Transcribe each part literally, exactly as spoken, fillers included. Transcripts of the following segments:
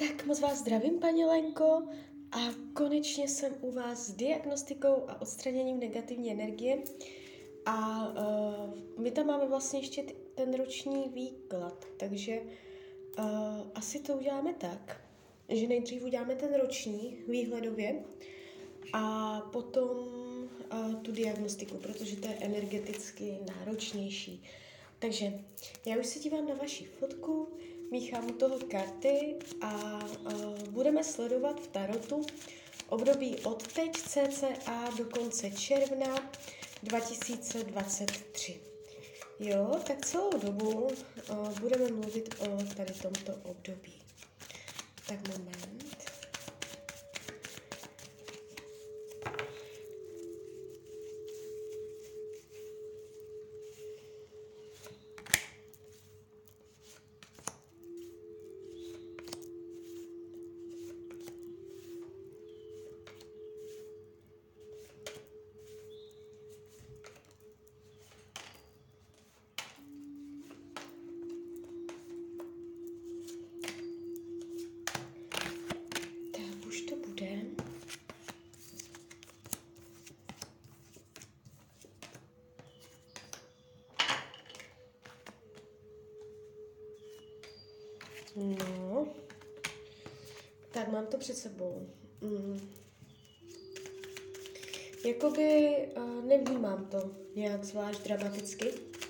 Tak moc vás zdravím, paní Lenko, a konečně jsem u vás s diagnostikou a odstraněním negativní energie. A uh, my tam máme vlastně ještě t- ten roční výklad, takže uh, asi to uděláme tak, že nejdřív uděláme ten roční výhledově a potom uh, tu diagnostiku, protože to je energeticky náročnější. Takže já už se dívám na vaši fotku, míchám u toho karty a uh, budeme sledovat v tarotu období od teď cca do konce června dva tisíce dvacet tři. Jo, tak celou dobu uh, budeme mluvit o tady tomto období. Tak moment. No, tak mám to před sebou. Mm. Jakoby uh, nevnímám to nějak zvlášť dramaticky.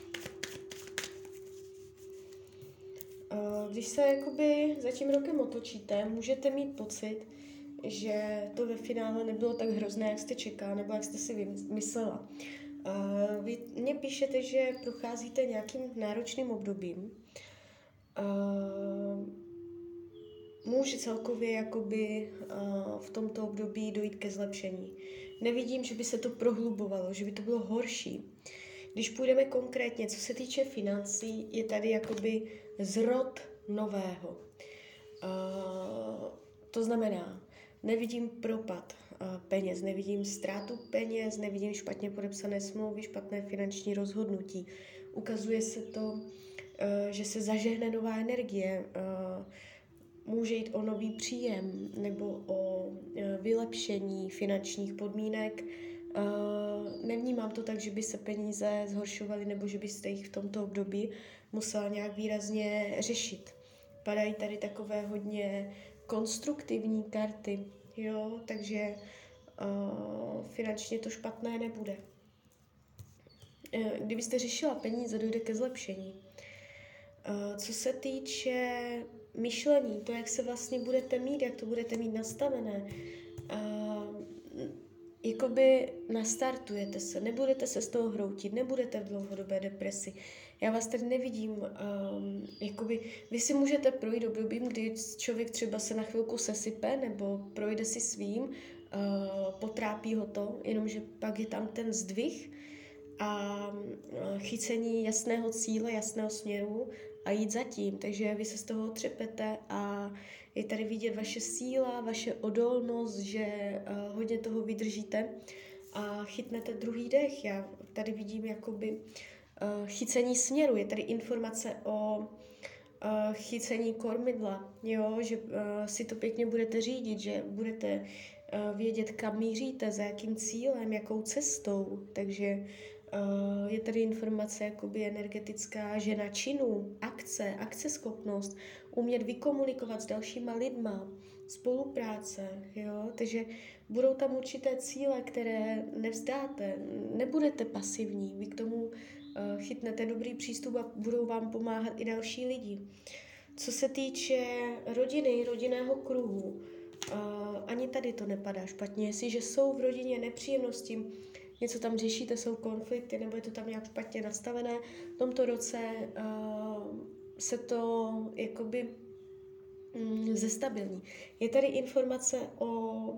Uh, když se jakoby za tím rokem otočíte, můžete mít pocit, že to ve finále nebylo tak hrozné, jak jste čekala, nebo jak jste si myslela. Uh, vy mě píšete, že procházíte nějakým náročným obdobím. Uh, může celkově jakoby uh, v tomto období dojít ke zlepšení. Nevidím, že by se to prohlubovalo, že by to bylo horší. Když půjdeme konkrétně, co se týče financí, je tady jakoby zrod nového. Uh, to znamená, nevidím propad uh, peněz, nevidím ztrátu peněz, nevidím špatně podepsané smlouvy, špatné finanční rozhodnutí. Ukazuje se to, uh, že se zažehne nová energie, uh, může jít o nový příjem nebo o uh, vylepšení finančních podmínek. Uh, nevnímám to tak, že by se peníze zhoršovaly nebo že byste jich v tomto období musela nějak výrazně řešit. Padají tady takové hodně konstruktivní karty, jo, takže uh, finančně to špatné nebude. Uh, kdybyste řešila peníze, dojde ke zlepšení. Uh, co se týče myšlení, to, jak se vlastně budete mít, jak to budete mít nastavené, uh, jakoby nastartujete se, nebudete se z toho hroutit, nebudete v dlouhodobé depresi. Já vás tady nevidím, um, jakoby, vy si můžete projít obdobím, kdy člověk třeba se na chvilku sesype, nebo projde si svým, uh, potrápí ho to, jenomže pak je tam ten zdvih a uh, chycení jasného cíle, jasného směru a jít za tím. Takže vy se z toho třepete a je tady vidět vaše síla, vaše odolnost, že uh, hodně toho vydržíte a chytnete druhý dech. Já tady vidím jakoby uh, chycení směru. Je tady informace o uh, chycení kormidla, jo? Že uh, si to pěkně budete řídit, že budete uh, vědět, kam míříte, za jakým cílem, jakou cestou. Takže uh, je tady informace jakoby energetická žena činů, akce, akceschopnost, umět vykomunikovat s dalšíma lidma, spolupráce, jo, takže budou tam určité cíle, které nevzdáte, nebudete pasivní, vy k tomu uh, chytnete dobrý přístup a budou vám pomáhat i další lidi. Co se týče rodiny, rodinného kruhu, uh, ani tady to nepadá špatně, jestliže jsou v rodině nepříjemnosti, něco tam řešíte, jsou konflikty, nebo je to tam nějak špatně nastavené, v tomto roce uh, se to jakoby mm, zestabilní. Je tady informace o, uh,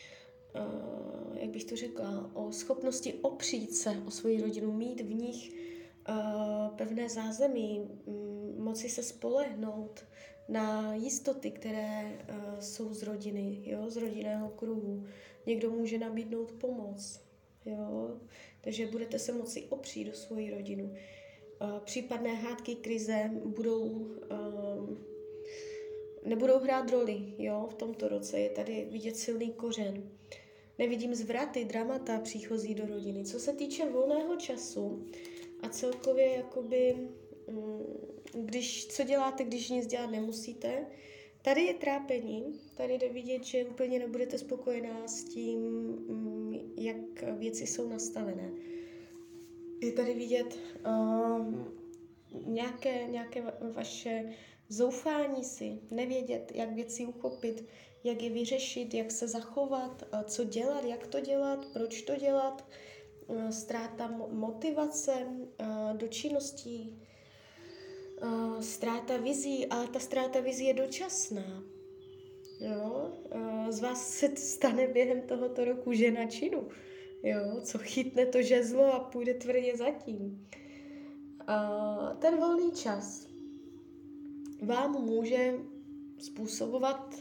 jak bych to řekla, o schopnosti opřít se o svoji rodinu, mít v nich uh, pevné zázemí, um, moci se spolehnout na jistoty, které uh, jsou z rodiny, jo, z rodinného kruhu. Někdo může nabídnout pomoc, jo, takže budete se moci opřít do svojí rodinu. Uh, případné hádky, krize budou uh, nebudou hrát roli, jo, v tomto roce. Je tady vidět silný kořen. Nevidím zvraty, dramata příchozí do rodiny. Co se týče volného času a celkově jakoby, když, co děláte, když nic dělat nemusíte, tady je trápení, tady jde vidět, že úplně nebudete spokojená s tím, jak věci jsou nastavené. Je tady vidět um, nějaké, nějaké vaše zoufání si, nevědět, jak věci uchopit, jak je vyřešit, jak se zachovat, co dělat, jak to dělat, proč to dělat, ztráta motivace do činností, ztráta vizí, ale ta ztráta vizí je dočasná. Jo? Z vás se stane během tohoto roku žena činu, jo? Co chytne to žezlo a půjde tvrdě za tím. Ten volný čas vám může způsobovat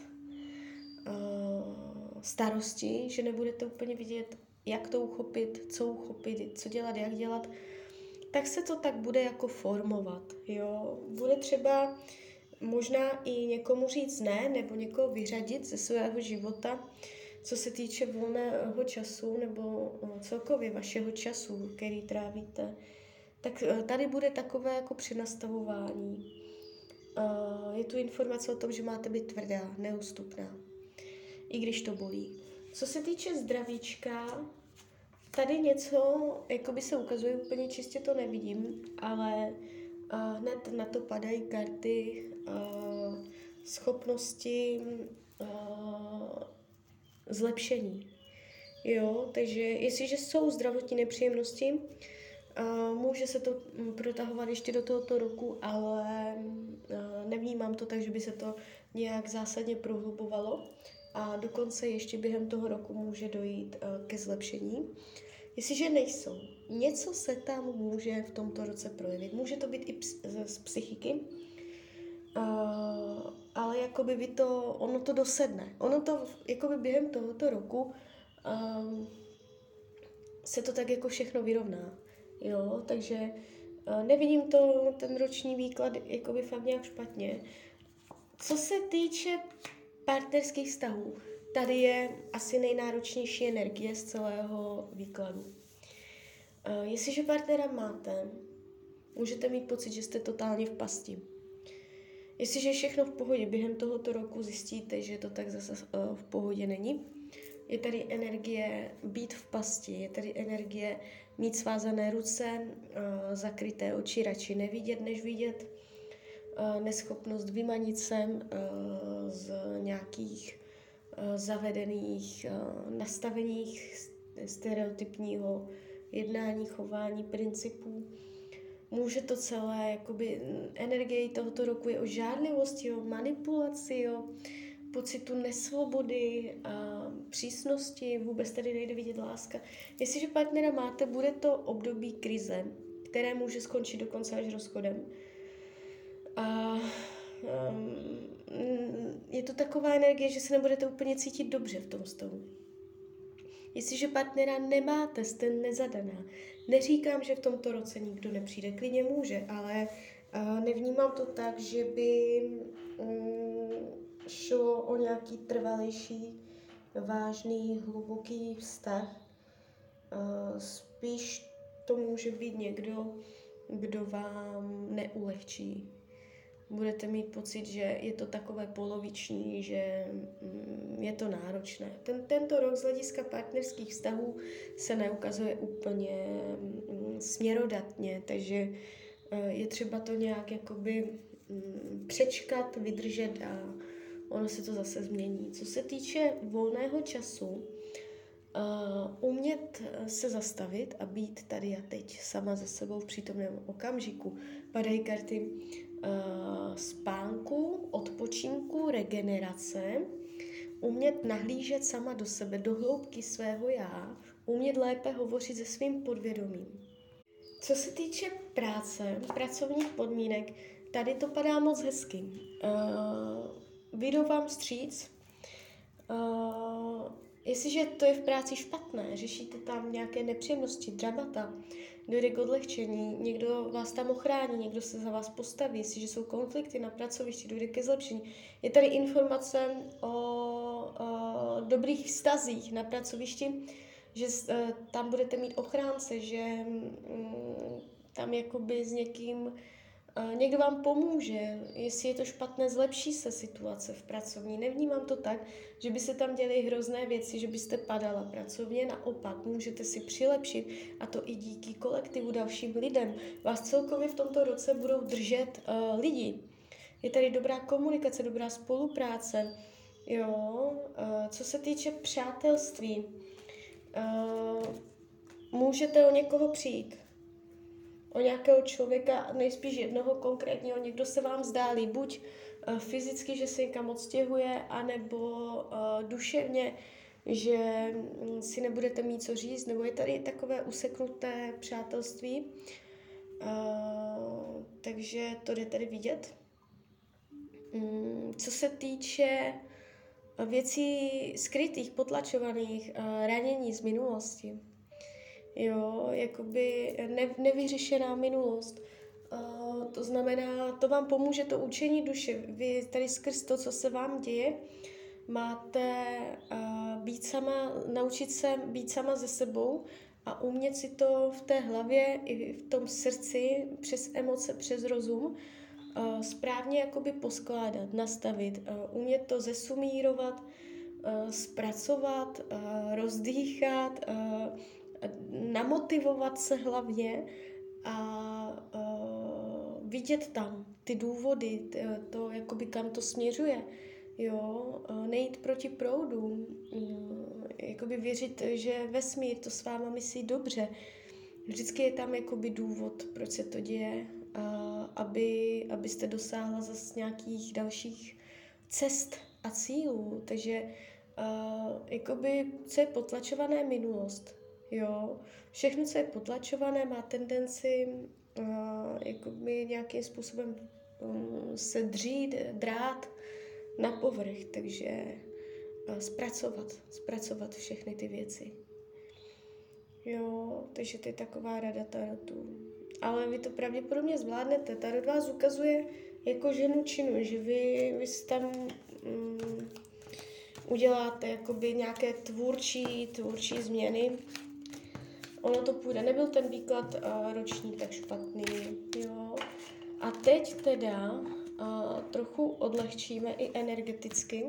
starosti, že nebudete úplně vidět, jak to uchopit, co uchopit, co dělat, jak dělat, tak se to tak bude jako formovat, jo. Bude třeba možná i někomu říct ne, nebo někoho vyřadit ze svého života, co se týče volného času, nebo celkově vašeho času, který trávíte. Tak tady bude takové jako přenastavování. Je tu informace o tom, že máte být tvrdá, neústupná, i když to bolí. Co se týče zdravíčka, tady něco, jako by se ukazuje, úplně čistě to nevidím, ale uh, hned na to padají karty uh, schopnosti uh, zlepšení. Jo, takže jestliže jsou zdravotní nepříjemnosti, uh, může se to protahovat ještě do tohoto roku, ale uh, nevnímám to tak, že by se to nějak zásadně prohlubovalo. A dokonce ještě během toho roku může dojít uh, ke zlepšení. Jestliže nejsou, něco se tam může v tomto roce projevit. Může to být i ps- z, z psychiky, uh, ale jakoby vy to, ono to dosedne. Ono to jakoby během tohoto roku um, se to tak jako všechno vyrovná. Jo? Takže uh, nevidím to, ten roční výklad jakoby fakt nějak špatně. Co se týče partnerských vztahů, tady je asi nejnáročnější energie z celého výkladu. Uh, jestliže partnera máte, můžete mít pocit, že jste totálně v pasti. Jestliže je všechno v pohodě, během tohoto roku zjistíte, že to tak zase uh, v pohodě není. Je tady energie být v pasti, je tady energie mít svázané ruce, uh, zakryté oči, radši nevidět, než vidět, uh, neschopnost vymanit se uh, z nějakých zavedených nastaveních stereotypního jednání, chování, principů. Může to celé, jakoby energie tohoto roku je o žádlivosti, o manipulaci, o pocitu nesvobody a přísnosti, vůbec tady nejde vidět láska. Jestliže partnera máte, bude to období krize, které může skončit dokonce až rozchodem. A um, je to taková energie, že se nebudete úplně cítit dobře v tom stavu. Jestliže partnera nemáte, jste nezadaná. Neříkám, že v tomto roce nikdo nepřijde, klidně může, ale uh, nevnímám to tak, že by um, šlo o nějaký trvalejší, vážný, hluboký vztah. Uh, spíš to může být někdo, kdo vám neulehčí. Budete mít pocit, že je to takové poloviční, že je to náročné. Ten, tento rok z hlediska partnerských vztahů se neukazuje úplně směrodatně, takže je třeba to nějak jakoby přečkat, vydržet a ono se to zase změní. Co se týče volného času, umět se zastavit a být tady a teď sama ze sebou v přítomném okamžiku. Padají karty Uh, spánku, odpočinku, regenerace, umět nahlížet sama do sebe, do hloubky svého já, umět lépe hovořit se svým podvědomím. Co se týče práce, pracovních podmínek, tady to padá moc hezky. Uh, vyjdu vám vstříc, uh, Jestliže to je v práci špatné, řešíte tam nějaké nepříjemnosti, dramata, dojde k odlehčení, někdo vás tam ochrání, někdo se za vás postaví, jestliže jsou konflikty na pracovišti, dojde ke zlepšení. Je tady informace o, o dobrých vztazích na pracovišti, že uh, tam budete mít ochránce, že um, tam jakoby s někým Uh, někdo vám pomůže, jestli je to špatné, zlepší se situace v pracovní. Nevnímám to tak, že by se tam děly hrozné věci, že byste padala pracovně, naopak můžete si přilepšit a to i díky kolektivu, dalším lidem. Vás celkově v tomto roce budou držet uh, lidi. Je tady dobrá komunikace, dobrá spolupráce. Jo, uh, co se týče přátelství, uh, můžete o někoho přijít. O nějakého člověka, nejspíš jednoho konkrétního, někdo se vám zdálí, buď uh, fyzicky, že se někam odstěhuje, anebo uh, duševně, že um, si nebudete mít co říct, nebo je tady takové useknuté přátelství, uh, takže to jde tady vidět. Um, co se týče věcí skrytých, potlačovaných, uh, ranění z minulosti, jo, jakoby ne, nevyřešená minulost. Uh, to znamená, to vám pomůže to učení duše. Vy tady skrz to, co se vám děje, máte uh, být sama, naučit se být sama ze sebou a umět si to v té hlavě i v tom srdci přes emoce, přes rozum uh, správně jakoby poskládat, nastavit, uh, umět to zesumírovat, uh, zpracovat, uh, rozdýchat, uh, namotivovat se hlavně a uh, vidět tam ty důvody, to, jakoby kam to směřuje, jo, uh, nejít proti proudu, uh, jakoby věřit, že vesmír to s váma myslí dobře. Vždycky je tam jakoby důvod, proč se to děje, uh, aby, abyste dosáhla zase nějakých dalších cest a cílů. Takže uh, jakoby, co je potlačované minulost, jo, všechno, co je potlačované, má tendenci uh, jakoby nějakým způsobem um, se dřít, drát na povrch, takže uh, zpracovat, zpracovat všechny ty věci. Jo, takže to je taková rada tarotu. Ale vy to pravděpodobně zvládnete. Tarot vás ukazuje jako ženu činu, že vy, vy si tam um, uděláte jakoby nějaké tvůrčí, tvůrčí změny. Ono to půjde. Nebyl ten výklad uh, roční tak špatný, jo. A teď teda uh, trochu odlehčíme i energeticky.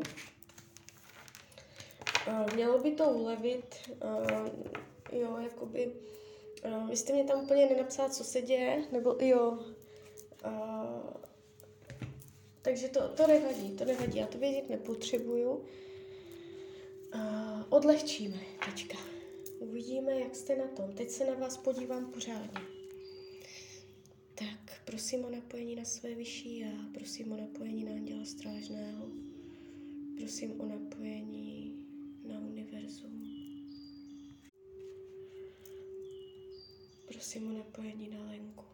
Uh, mělo by to ulevit, uh, jo, jakoby, uh, vy jste mě tam úplně nenapsala, co se děje, nebo jo, uh, takže to, to nevadí, to nevadí, já to vědět nepotřebuju. Uh, odlehčíme teďka. Uvidíme, jak jste na tom. Teď se na vás podívám pořádně. Tak, prosím o napojení na své vyšší já, prosím o napojení na anděla strážného, prosím o napojení na univerzum, prosím o napojení na Lenku.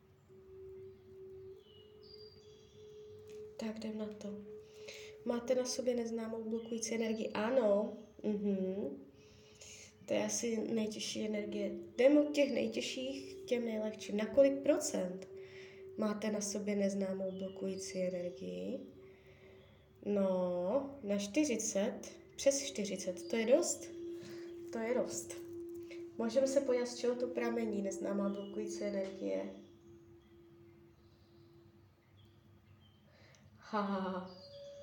Tak, jdem na to. Máte na sobě neznámou blokující energii? Ano. Mhm. To je asi nejtěžší energie. Jdeme od těch nejtěžších k těm nejlehčím. Na kolik procent máte na sobě neznámou blokující energii? No, na čtyřicet, přes čtyřicet, to je dost? To je dost. Můžeme se podívat, z čeho to pramení, neznámá blokující energie. Ha, ha, ha.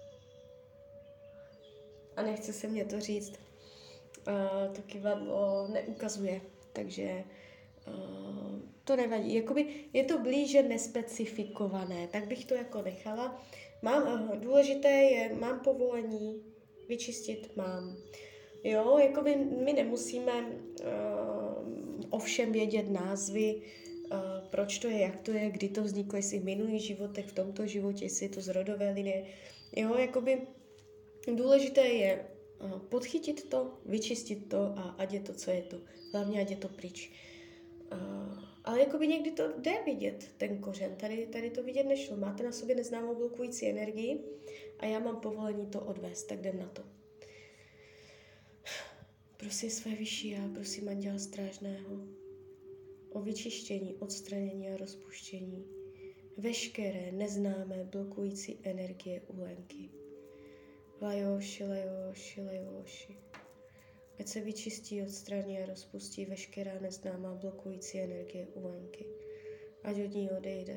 A nechce se mě to říct. Uh, to kivadlo neukazuje, takže uh, to nevadí. Jakoby je to blíže nespecifikované, tak bych to jako nechala. Mám, uh, důležité je, mám povolení vyčistit, mám. Jo, jakoby my nemusíme uh, o všem vědět názvy, uh, proč to je, jak to je, kdy to vzniklo, jestli v minulých životech, v tomto životě, jestli je to z rodové linie. Jo, jakoby důležité je podchytit to, vyčistit to a ať je to, co je to. Hlavně, ať je to pryč. Uh, ale jakoby někdy to jde vidět, ten kořen. Tady, tady to vidět nešlo. Máte na sobě neznámou blokující energii a já mám povolení to odvést, tak jdem na to. Prosím své vyšší já, prosím Anděla Strážného o vyčištění, odstranění a rozpuštění veškeré neznámé blokující energie u Lenky. Lajoši, lajoši, lajoši. Ať se vyčistí, odstraní a rozpustí veškerá neznámá blokující energie u Lenky. Ať od ní odejde.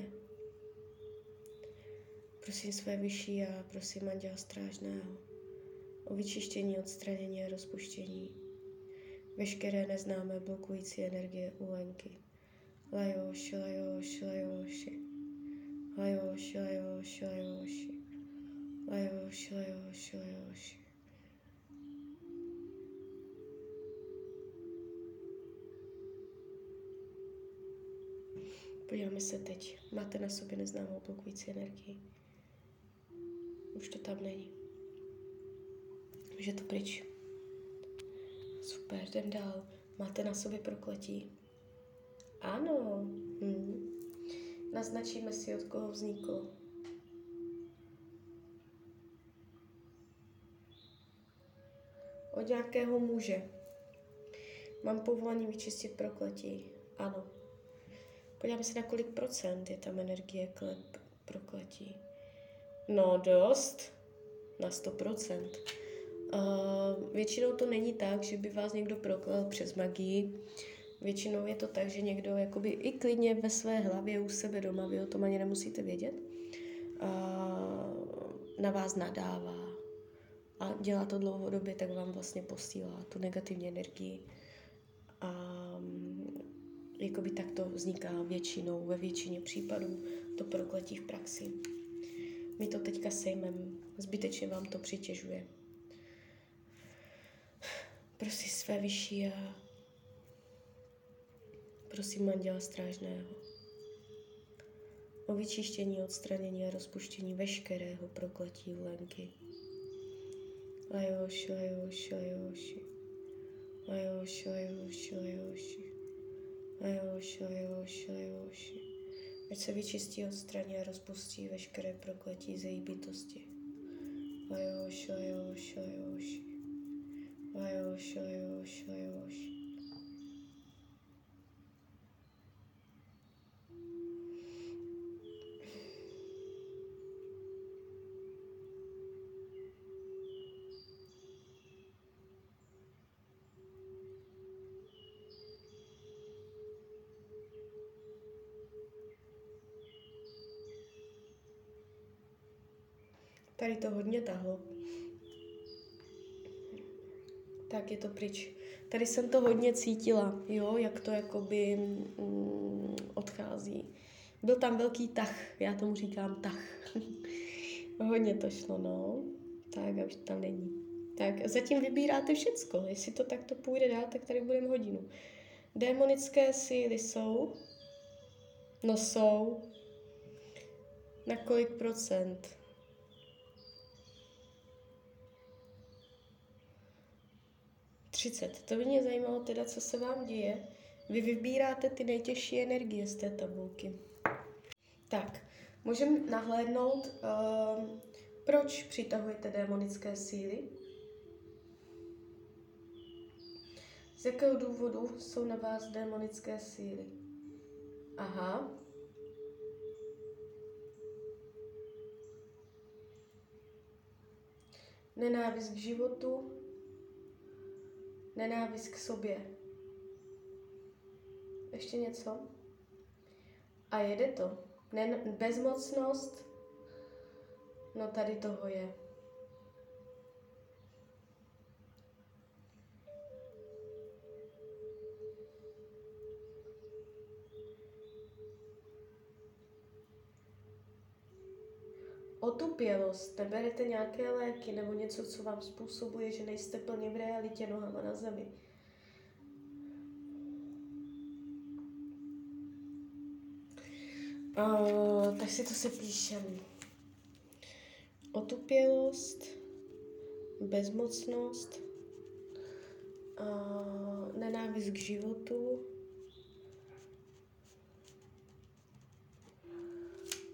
Prosím své vyšší já, prosím Anděla Strážného o vyčištění, odstranění a rozpuštění veškeré neznámé blokující energie u Lenky. Lajoši, lajoši, lajoši. Lajoši, lajoši, lajoši. Lajoši, lajoši, lajoši. Podíváme se teď. Máte na sobě neznámou blokující energii. Už to tam není. Už je to pryč. Super, jdem dál. Máte na sobě prokletí. Ano. Hm. Naznačíme si, od koho vzniklo. Od nějakého muže. Mám povolení vyčistit prokletí. Ano. Podíváme se, na kolik procent je tam energie klep prokletí. No dost. Na sto procent. Uh, většinou to není tak, že by vás někdo proklel přes magii. Většinou je to tak, že někdo jakoby i klidně ve své hlavě u sebe doma, vy o tom ani nemusíte vědět, uh, na vás nadává a dělá to dlouhodobě, tak vám vlastně posílá tu negativní energii. A jakoby tak to vzniká většinou, ve většině případů to prokletí v praxi. My to teďka sejmem, zbytečně vám to přitěžuje. Prosím své vyšší a prosím Anděla Strážného o vyčištění, odstranění a rozpuštění veškerého prokletí u Lenky. Lajoši, lajoši, lajoši. Lajoši, lajoši, lajoši. Lajoši, lajoši, lajoši. Ať se vyčistí, odstraní a rozpustí veškeré prokletí z její bytosti. Lajoši, lajoši, lajoši. Lajoši, lajoši, lajoši. Tady to hodně tahlo. Tak je to pryč. Tady jsem to hodně cítila, jo, jak to jakoby mm, odchází. Byl tam velký tah, já tomu říkám tah. Hodně to šlo, no. Tak a už tam není. Tak zatím vybíráte všecko. Jestli to takto půjde dál, tak tady budeme hodinu. Démonické síly jsou? No jsou. Na kolik procent? třicet. To by mě zajímalo teda, co se vám děje. Vy vybíráte ty nejtěžší energie z té tabulky. Tak, můžeme nahlédnout, uh, proč přitahujete démonické síly. Z jakého důvodu jsou na vás démonické síly? Aha. Nenávist k životu, nenávist k sobě. Ještě něco? A jede to. Nen- bezmocnost, no tady toho je. Otupělost, neberete nějaké léky nebo něco, co vám způsobuje, že nejste plně v realitě nohama na zemi. Uh, tak si to se píšem. Otupělost, bezmocnost, uh, nenávist k životu,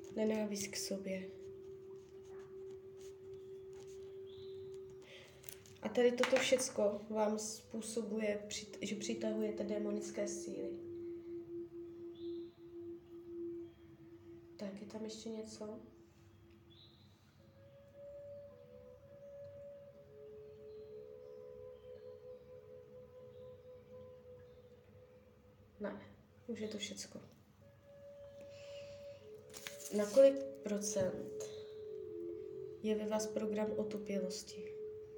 nenávist k sobě. A tady toto všecko vám způsobuje, že přitahujete démonické síly. Tak, je tam ještě něco? Ne, už je to všecko. Na kolik procent je ve vás program otupělosti?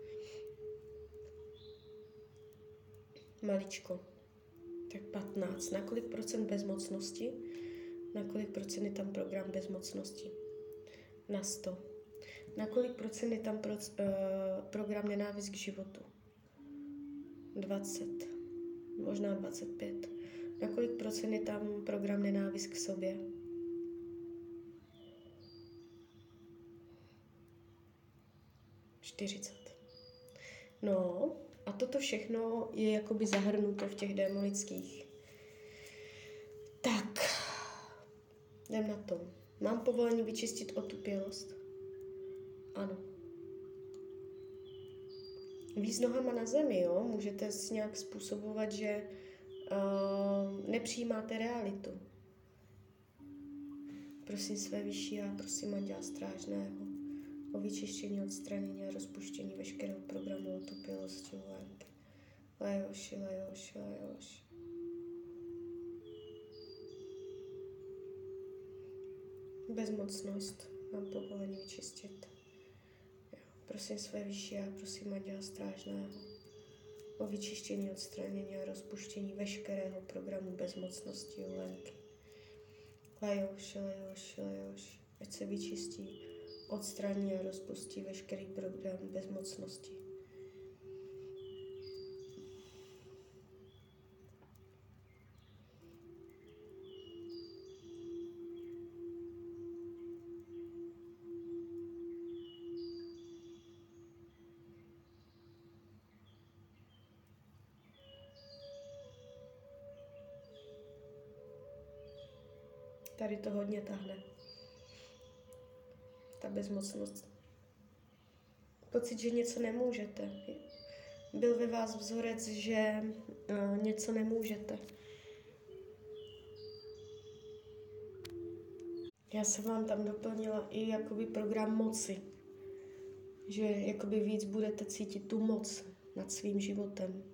Maličko. Tak patnáct. Na kolik procent bezmocnosti? Na kolik procent je tam program bezmocnosti? Na sto. Na kolik procent je tam pro, uh, program nenávist k životu? dvacet. Možná dvacet pět. Na kolik procent je tam program nenávist k sobě? čtyřicet. No, a toto všechno je jakoby zahrnuto v těch démonických. Tak, jdem na to. Mám povolení vyčistit otupělost? Ano. Víc nohama na zemi, jo? Můžete si nějak způsobovat, že uh, nepřijímáte realitu. Prosím své vyšší a prosím Anděla Strážného o vyčištění, odstranění a rozpuštění veškerého programu otupělosti, lánky. Lajoši, lajoši, lajoši. Bezmocnost mám povolení vyčistit. Jo. Prosím své vyšší a prosím Anděla Strážného o vyčištění, odstranění a rozpuštění veškerého programu bezmocnosti, lánky. Lajoši, lajoši, lajoši. Ať se vyčistí, odstraní a rozpustí veškerý program bezmocnosti. Tady to hodně tahne. Ta bezmocnost. Pocit, že něco nemůžete. Byl ve vás vzorec, že uh, něco nemůžete. Já jsem vám tam doplnila i jakoby program moci. Že jakoby víc budete cítit tu moc nad svým životem.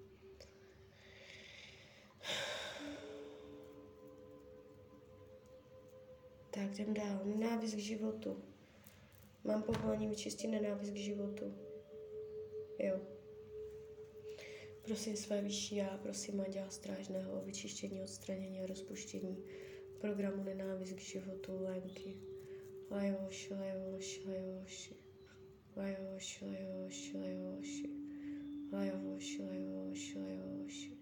Tak jdem dál. Nenávist k životu. Mám povolení vyčistit nenávist k životu. Jo. Prosím své vyšší já, prosím Anděla Strážného o vyčištění, odstranění a rozpuštění programu nenávist k životu, lénky. Lajoši, lajoši, lajoši. Lajoši, lajoši, lajoši. Lajoši, lajoši, lajoši.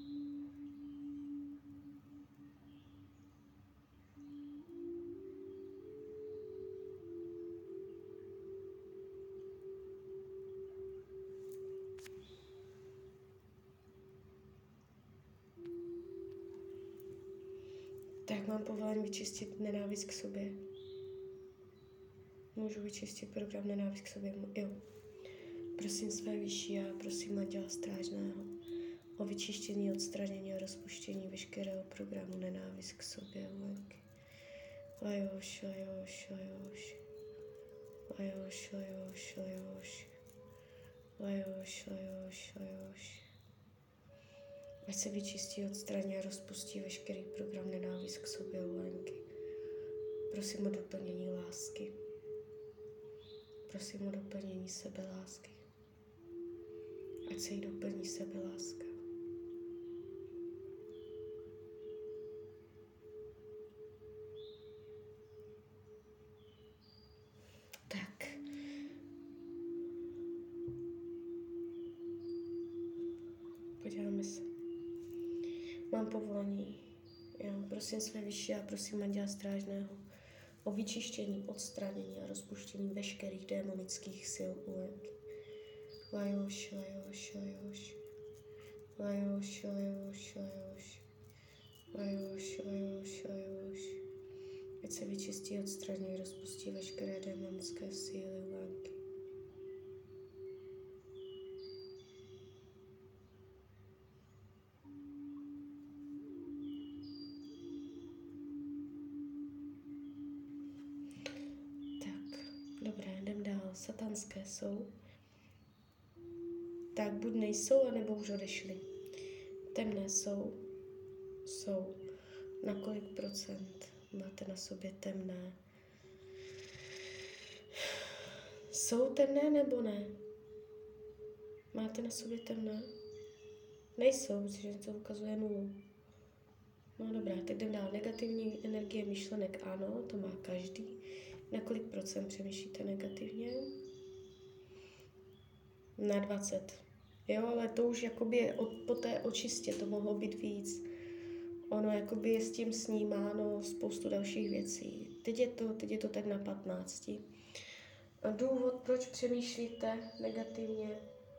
Tak mám povolení vyčistit nenávist k sobě. Můžu vyčistit program nenávist k sobě? Jo. Prosím své vyšší a prosím Anděla Strážného o vyčištění, odstranění a rozpuštění veškerého programu nenávist k sobě. Lajoši, lajoši, lajoši. Lajoši, lajoši, lajoši. Lajoši, lajoši, lajoši. Ať se vyčistí, odstraní a rozpustí veškerý program nenávist k sobě, lánky. Prosím o doplnění lásky. Prosím o doplnění sebelásky. Ať se jí doplní sebeláska. Tak. Podíváme se. Mám povolení. Jo, prosím své vyšší a prosím Anděla Strážného o vyčištění, odstranění a rozpuštění veškerých démonických sil u Lenky. Lajoši, lajoši, lajoši. Lajoši, lajoši, lajoši. Lajoši, lajoši, lajoši. Ať se vyčistí, odstraní a rozpustí veškeré démonické síly u Lenky. satanské jsou, tak buď nejsou, anebo už odešly. Temné jsou, jsou. Na kolik procent máte na sobě temné? Jsou temné nebo ne? Máte na sobě temné? Nejsou, že to ukazuje nulu. No dobrá, tak jdem dál. Negativní energie myšlenek, ano, to má každý. Na kolik procent přemýšlíte negativně? Na dvacet. Jo, ale to už jakoby je od, po té očistě, to mohlo být víc. Ono jakoby je s tím snímáno spoustu dalších věcí. Teď je to, teď je to tak na patnácti. A důvod, proč přemýšlíte negativně?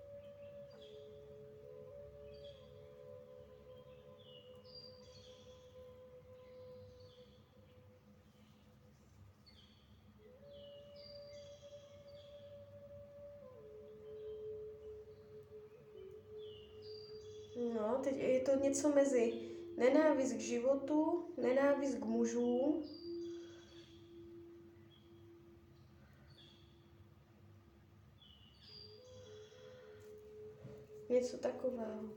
No, teď je to něco mezi nenávist k životu, nenávist k mužům, něco takového.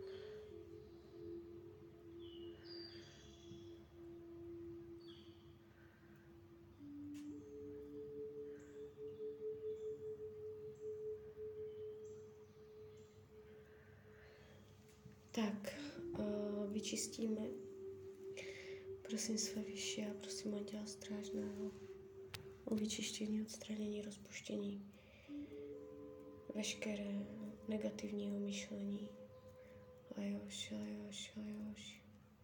Tak, uh, vyčistíme. Prosím své vyšší a prosím Anděla Strážného o vyčištění, odstranění, rozpuštění veškeré negativního myšlení. Lajoš, lajoš, lajoš.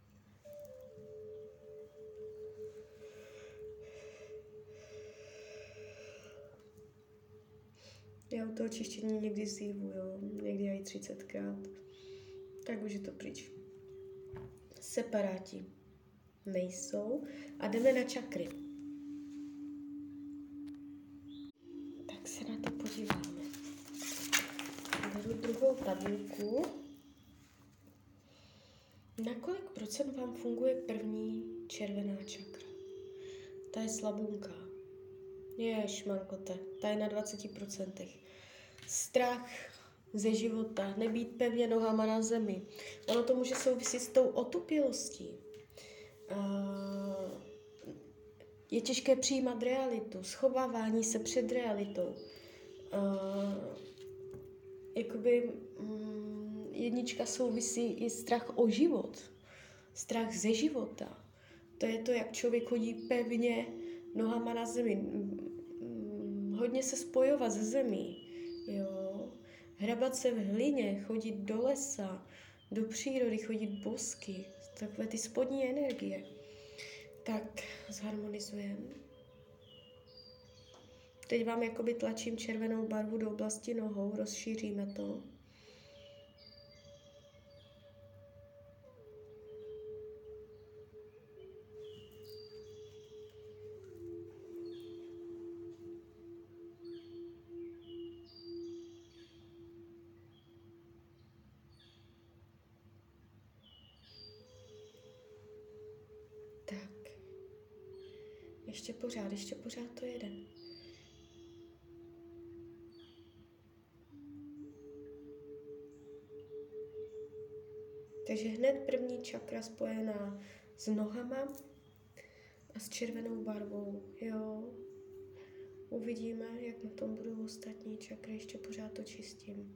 Já u toho čištění někdy zívu, jo, někdy i třicetkrát. Tak už je to pryč. Separáti nejsou a jdeme na čakry. Tak se na to podíváme. Beru druhou tabulku. Na kolik procent vám funguje první červená čakra? Ta je slabunká. Ježmarkote, ta je na dvacet procent. Strach ze života, nebýt pevně nohama na zemi. Ono to může souviset s tou otupělostí. Uh, je těžké přijímat realitu, schovávání se před realitou. Uh, jakoby um, jednička souvisí i strach o život, strach ze života. To je to, jak člověk chodí pevně nohama na zemi. Um, hodně se spojovat se zemí, jo. Hrabat se v hlině, chodit do lesa, do přírody, chodit bosky, takové ty spodní energie. Tak zharmonizujeme. Teď vám jakoby tlačím červenou barvu do oblasti nohou, rozšíříme to. Tak. Ještě pořád, ještě pořád to jede. Takže hned první čakra spojená s nohama a s červenou barvou, jo. Uvidíme, jak na tom budou ostatní čakry, ještě pořád to čistím.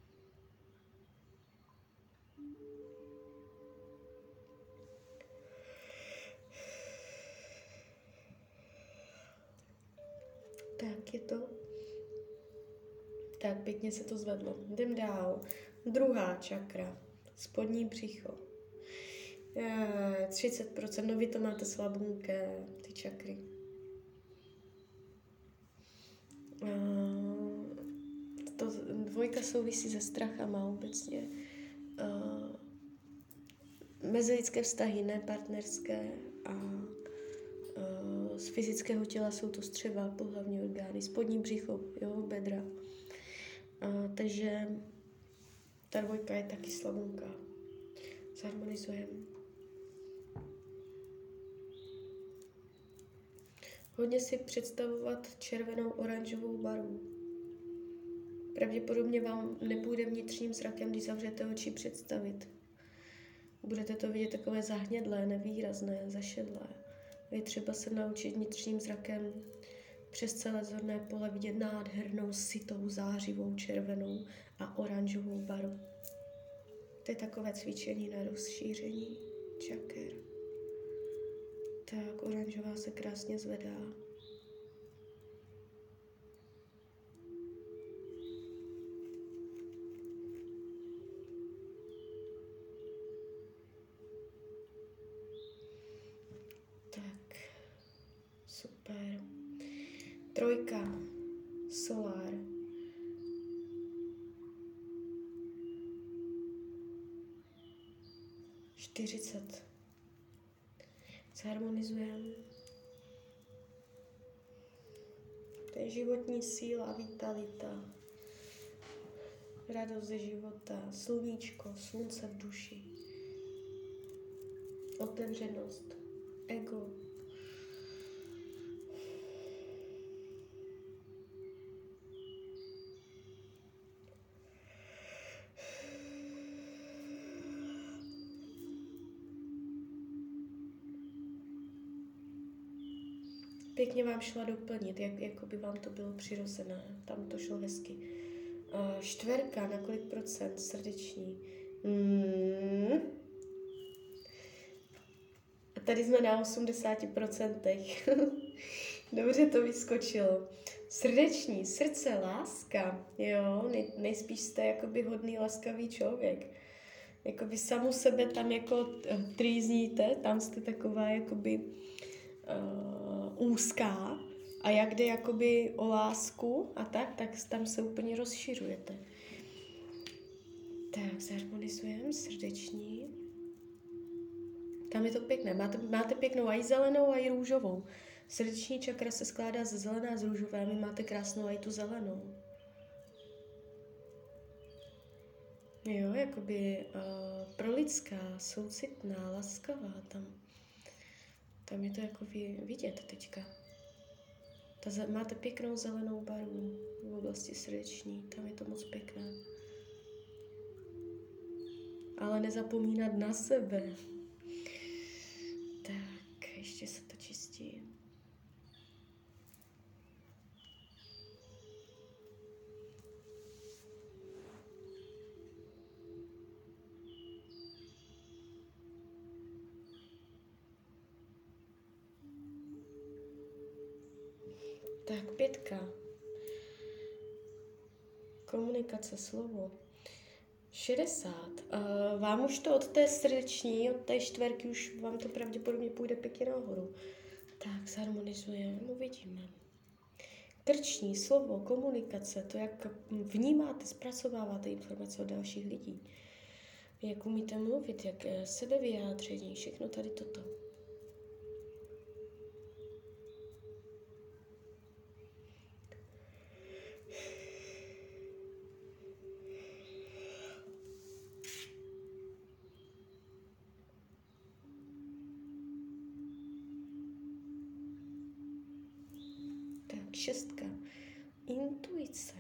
Tak, je to. Tak, pěkně se to zvedlo. Jdem dál. Druhá čakra. Spodní břicho. Je, třicet procent. No vy to máte slabunké, ty čakry. To dvojka souvisí se strachama obecně. Mezilidské vztahy, ne partnerské a z fyzického těla jsou to střeva, pohlavní orgány, spodní břicho, jo, bedra. A, takže ta dvojka je taky slabunká. Zharmonizujeme. Hodně si představovat červenou, oranžovou barvu. Pravděpodobně vám nepůjde vnitřním zrakem, když zavřete oči, představit. Budete to vidět takové zahnědlé, nevýrazné, zašedlé. Je třeba se naučit vnitřním zrakem přes celé zorné pole vidět nádhernou, sytou, zářivou, červenou a oranžovou baru. To je takové cvičení na rozšíření čaker. Tak, oranžová se krásně zvedá. Tak, super. Trojka, solár. čtyřicet. Zharmonizujeme. To je životní síla, vitalita, radost ze života, sluníčko, slunce v duši, otevřenost, ego. Pěkně vám šla doplnit, jak, jako by vám to bylo přirozené. Tam to šlo hezky. Uh, čtverka, na kolik procent? Srdeční. Mm. A tady jsme na osmdesáti procentech. Dobře to vyskočilo. Srdeční, srdce, láska. Jo, nej, nejspíš jste jakoby hodný, laskavý člověk. Jakoby samu sebe tam jako trýzníte, tam jste taková jakoby uh, úzká. A jak jde jakoby o lásku a tak, tak tam se úplně rozšiřujete. Tak, zharmonizujeme srdeční. Tam je to pěkné. Máte, máte pěknou a i zelenou, a i růžovou. Srdeční čakra se skládá ze zelená a z růžové. My máte krásnou a i tu zelenou. Jo, jakoby uh, prolidská, soucitná, laskavá. Tam, tam je to jako vidět teďka. Ta, máte pěknou zelenou barvu v oblasti srdeční. Tam je to moc pěkné. Ale nezapomínat na sebe. Tak, ještě se to čistí. Tak, pětka. Komunikace, slovo. šedesát. Uh, vám už to od té srdeční, od té čtverky už vám to pravděpodobně půjde pěkně nahoru. Tak, zharmonizujeme, uvidíme. Krční, slovo, komunikace, to, jak vnímáte, zpracováváte informace od dalších lidí. Jak umíte mluvit, jak sebevyjádření, všechno tady toto. Šestka. Intuice.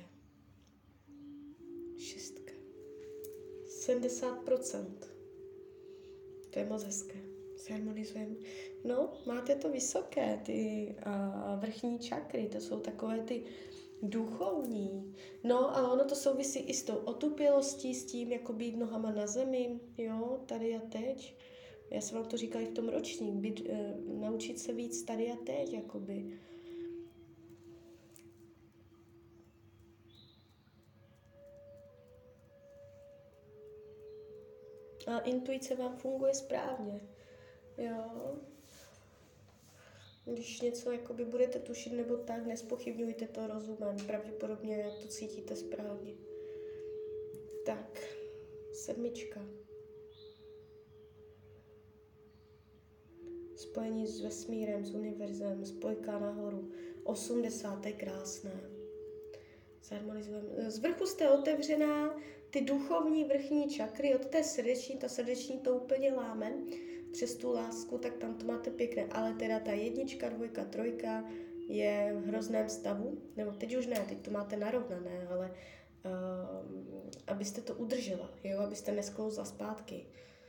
Šestka. sedmdesát procent. To je moc hezké. Zharmonizujeme. No, máte to vysoké, ty a, vrchní čakry, to jsou takové ty duchovní. No, ale ono to souvisí i s tou otupělostí, s tím, jako být nohama na zemi, jo, tady a teď. Já jsem vám to říkala i v tom ročník, být, e, naučit se víc tady a teď, jakoby. A intuice vám funguje správně. Jo. Když něco jakoby budete tušit nebo tak, nespochybňujte to rozumem. Pravděpodobně to cítíte správně. Tak, sedmička. Spojení s vesmírem, s univerzem, spojka nahoru. osmdesát je krásné. Zharmonizujeme. Z vrchu jste otevřená, ty duchovní vrchní čakry od té srdeční, ta srdeční to úplně láme přes tu lásku, tak tam to máte pěkné. Ale teda ta jednička, dvojka, trojka je v hrozném stavu, nebo teď už ne, teď to máte narovnané, ale um, abyste to udržela, jo, abyste nesklouzla zpátky.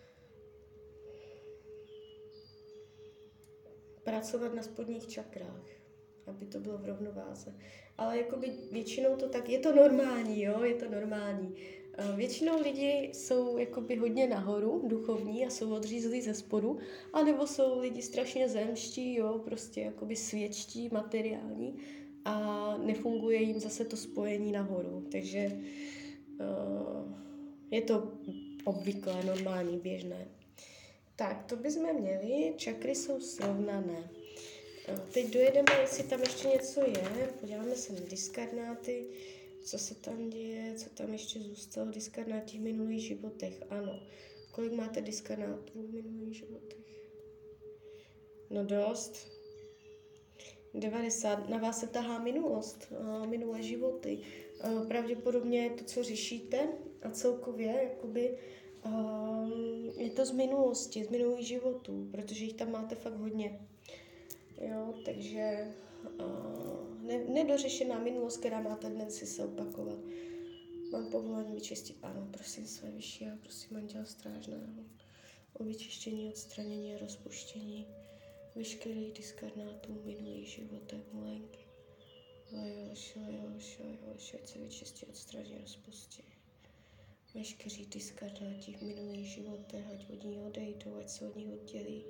Pracovat na spodních čakrách, aby to bylo v rovnováze. Ale jakoby většinou to tak, je to normální, jo, je to normální. Většinou lidi jsou jakoby hodně nahoru, duchovní a jsou odřízlí ze spodu, anebo jsou lidi strašně zemští, jo, prostě jakoby světští, materiální a nefunguje jim zase to spojení nahoru. Takže uh, je to obvyklé, normální, běžné. Tak, to bychom měli, čakry jsou srovnané. Teď dojedeme, jestli tam ještě něco je, podíváme se na diskarnáty, co se tam děje, co tam ještě zůstalo, diskarnáti v minulých životech, ano. Kolik máte diskarnátů v minulých životech? No dost. devadesát, na vás se tahá minulost, minulé životy. Pravděpodobně to, co řešíte a celkově, jakoby, je to z minulosti, z minulých životů, protože jich tam máte fakt hodně. Jo, takže uh, ne, nedořešená minulost, která má tendenci se opakovat. Mám povolení vyčistit, ano, prosím své vyšší a prosím anděla strážného o vyčištění, odstranění a rozpuštění veškerých diskarnátů v minulých životech milenky. Lajoš, lajoš, lajoš, ať se vyčistí, odstraní, rozpustí. Veškerý diskarnáti v minulých životech, ať od ní odejdou, ať se od nich oddělí.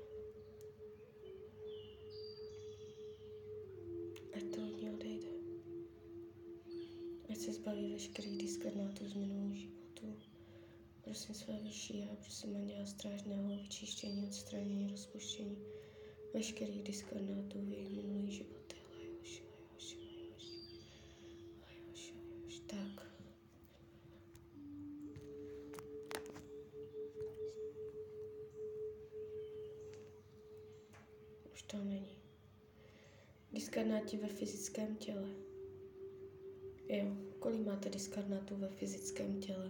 Ať to od ní odejde. Ať se zbaví veškerých diskarnátů z minulých životů. Prosím své vyšší a prosím anděla strážného o vyčištění, odstranění, rozpuštění veškerých diskarnátů v jejich minulých životech. Lajoš, lajoš, lajoš, lajoš, lajoš. Tak. Už to není. Diskarnáti ve fyzickém těle. Jo, kolik máte diskarnátů ve fyzickém těle?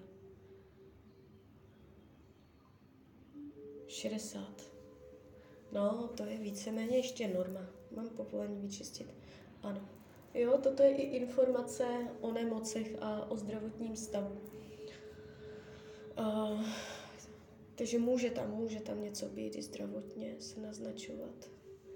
šedesát. No, to je víceméně ještě norma. Mám povolení vyčistit. Ano. Jo, toto je i informace o nemocech a o zdravotním stavu. Uh, takže může tam, může tam něco být i zdravotně se naznačovat.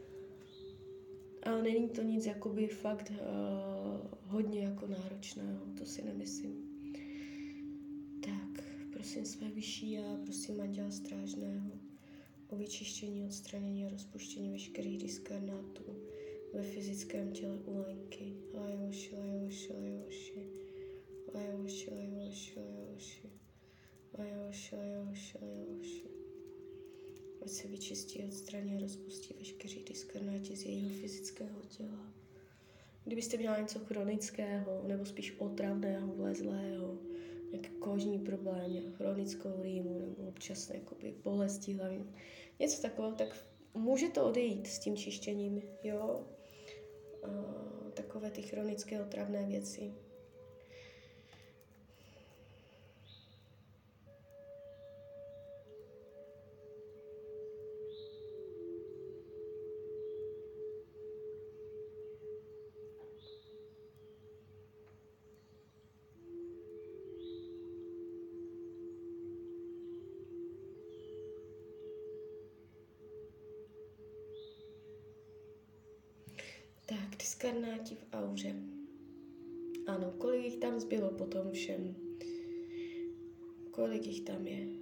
Ale není to nic jakoby fakt uh, hodně jako náročného, to si nemyslím. Tak, prosím své vyšší a prosím anděla strážného o vyčištění, odstranění a rozpuštění veškerých diskarnátů ve fyzickém těle u Lenky. Lajoši, lajoši, lajoši, lajoši, lajoši, lajoši, lajoši, lajoši, lajoši. Ať se vyčistí, odstraní a rozpustí veškerý diskarnáti z jejího fyzického těla. Kdybyste měla něco chronického, nebo spíš otravného, vlezlého, nějaký kožní problém, chronickou rýmu, nebo občasné jakoby, bolesti hlavy, něco takového, tak může to odejít s tím čištěním, jo? A takové ty chronické otravné věci. Tak, diskarnáti v auře. Ano, kolik jich tam zbylo potom všem? Kolik jich tam je?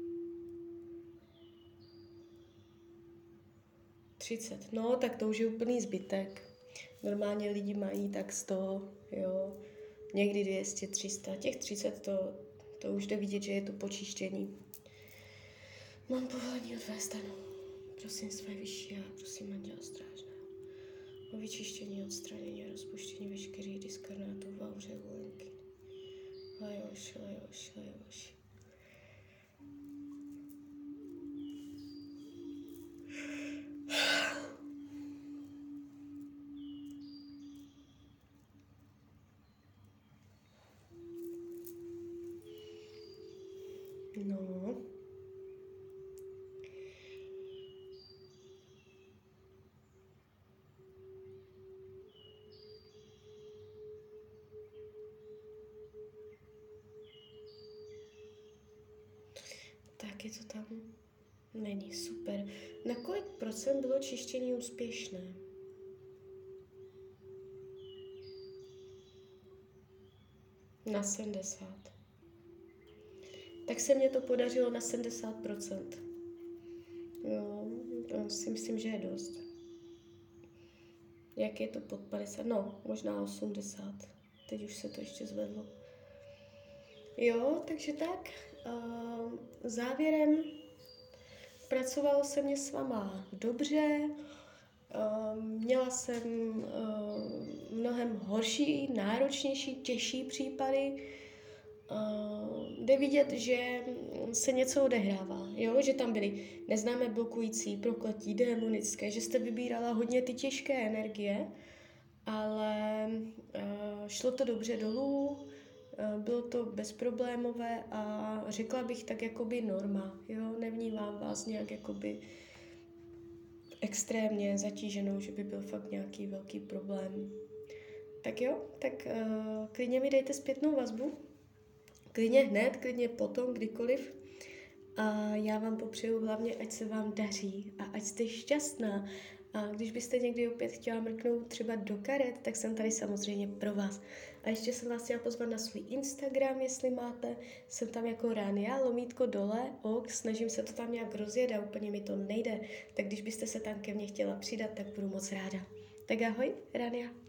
třicet. No, tak to už je úplný zbytek. Normálně lidi mají tak sto, jo, někdy dvě stě, tři sta. Těch třicet, to, to už jde vidět, že je to počištění. Mám povolení odvést, ano. Prosím své vyšší a prosím anděla strážného o vyčištění, odstranění a rozpuštění veškerých diskarnátů v auře Lenky. Lajoš, lajoš, lajoš. No. Tak je to tam. Není, super. Na kolik procent bylo čištění úspěšné? Na sedmdesát. Tak se mně to podařilo na sedmdesát procent. Jo, to si myslím, že je dost. Jak je to pod padesát? No, možná osmdesát. Teď už se to ještě zvedlo. Jo, takže tak. Uh, závěrem pracovalo se mě s váma dobře. Uh, měla jsem uh, mnohem horší, náročnější, těžší případy. Uh, jde vidět, že se něco odehrává, jo? Že tam byly neznámé blokující, prokletí, démonické, že jste vybírala hodně ty těžké energie, ale uh, šlo to dobře dolů, uh, bylo to bezproblémové a řekla bych tak jakoby norma, jo? Nevnímám vás nějak jakoby extrémně zatíženou, že by byl fakt nějaký velký problém. Tak jo, tak uh, klidně mi dejte zpětnou vazbu. Klidně hned, klidně potom, kdykoliv. A já vám popřeju hlavně, ať se vám daří a ať jste šťastná. A když byste někdy opět chtěla mrknout třeba do karet, tak jsem tady samozřejmě pro vás. A ještě jsem vás chtěla pozvat na svůj Instagram, jestli máte. Jsem tam jako Rania, lomítko dole, ok, snažím se to tam nějak rozjet a úplně mi to nejde. Tak když byste se tam ke mně chtěla přidat, tak budu moc ráda. Tak ahoj, Rania.